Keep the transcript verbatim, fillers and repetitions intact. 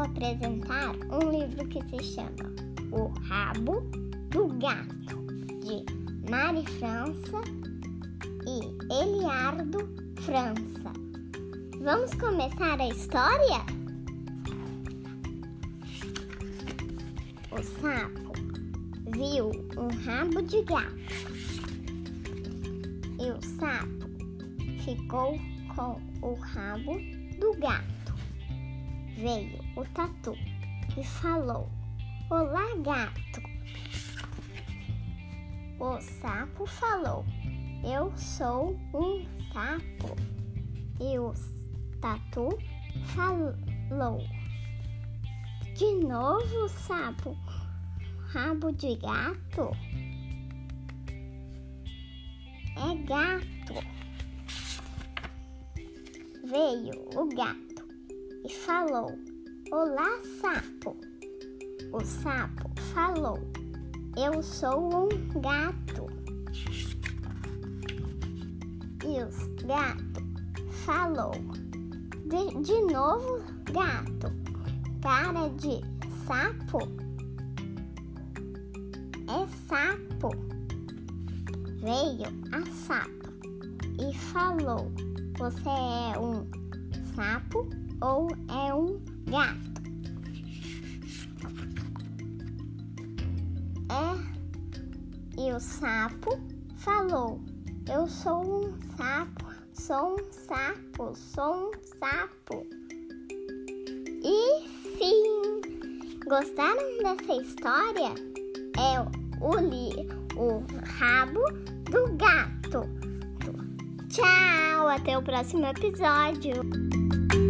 apresentar um livro que se chama O Rabo do Gato, de Mari França e Eliardo França. Vamos começar a história? O sapo viu um rabo de gato e o sapo ficou com o rabo do gato. Veio o tatu e falou: "Olá, gato." O sapo falou: "Eu sou um sapo." E o tatu falou: "De novo, sapo, rabo de gato?" "É gato." Veio o gato e falou: "Olá, sapo." O sapo falou: "Eu sou um gato." E o gato falou: de, de novo, gato, cara de sapo. É sapo." Veio a sapa e falou: "Você é um sapo ou é um gato?" É. E o sapo falou: "Eu sou um sapo, sou um sapo, sou um sapo." E fim! Gostaram dessa história? É o, li, o rabo do gato. Tchau! Até o próximo episódio!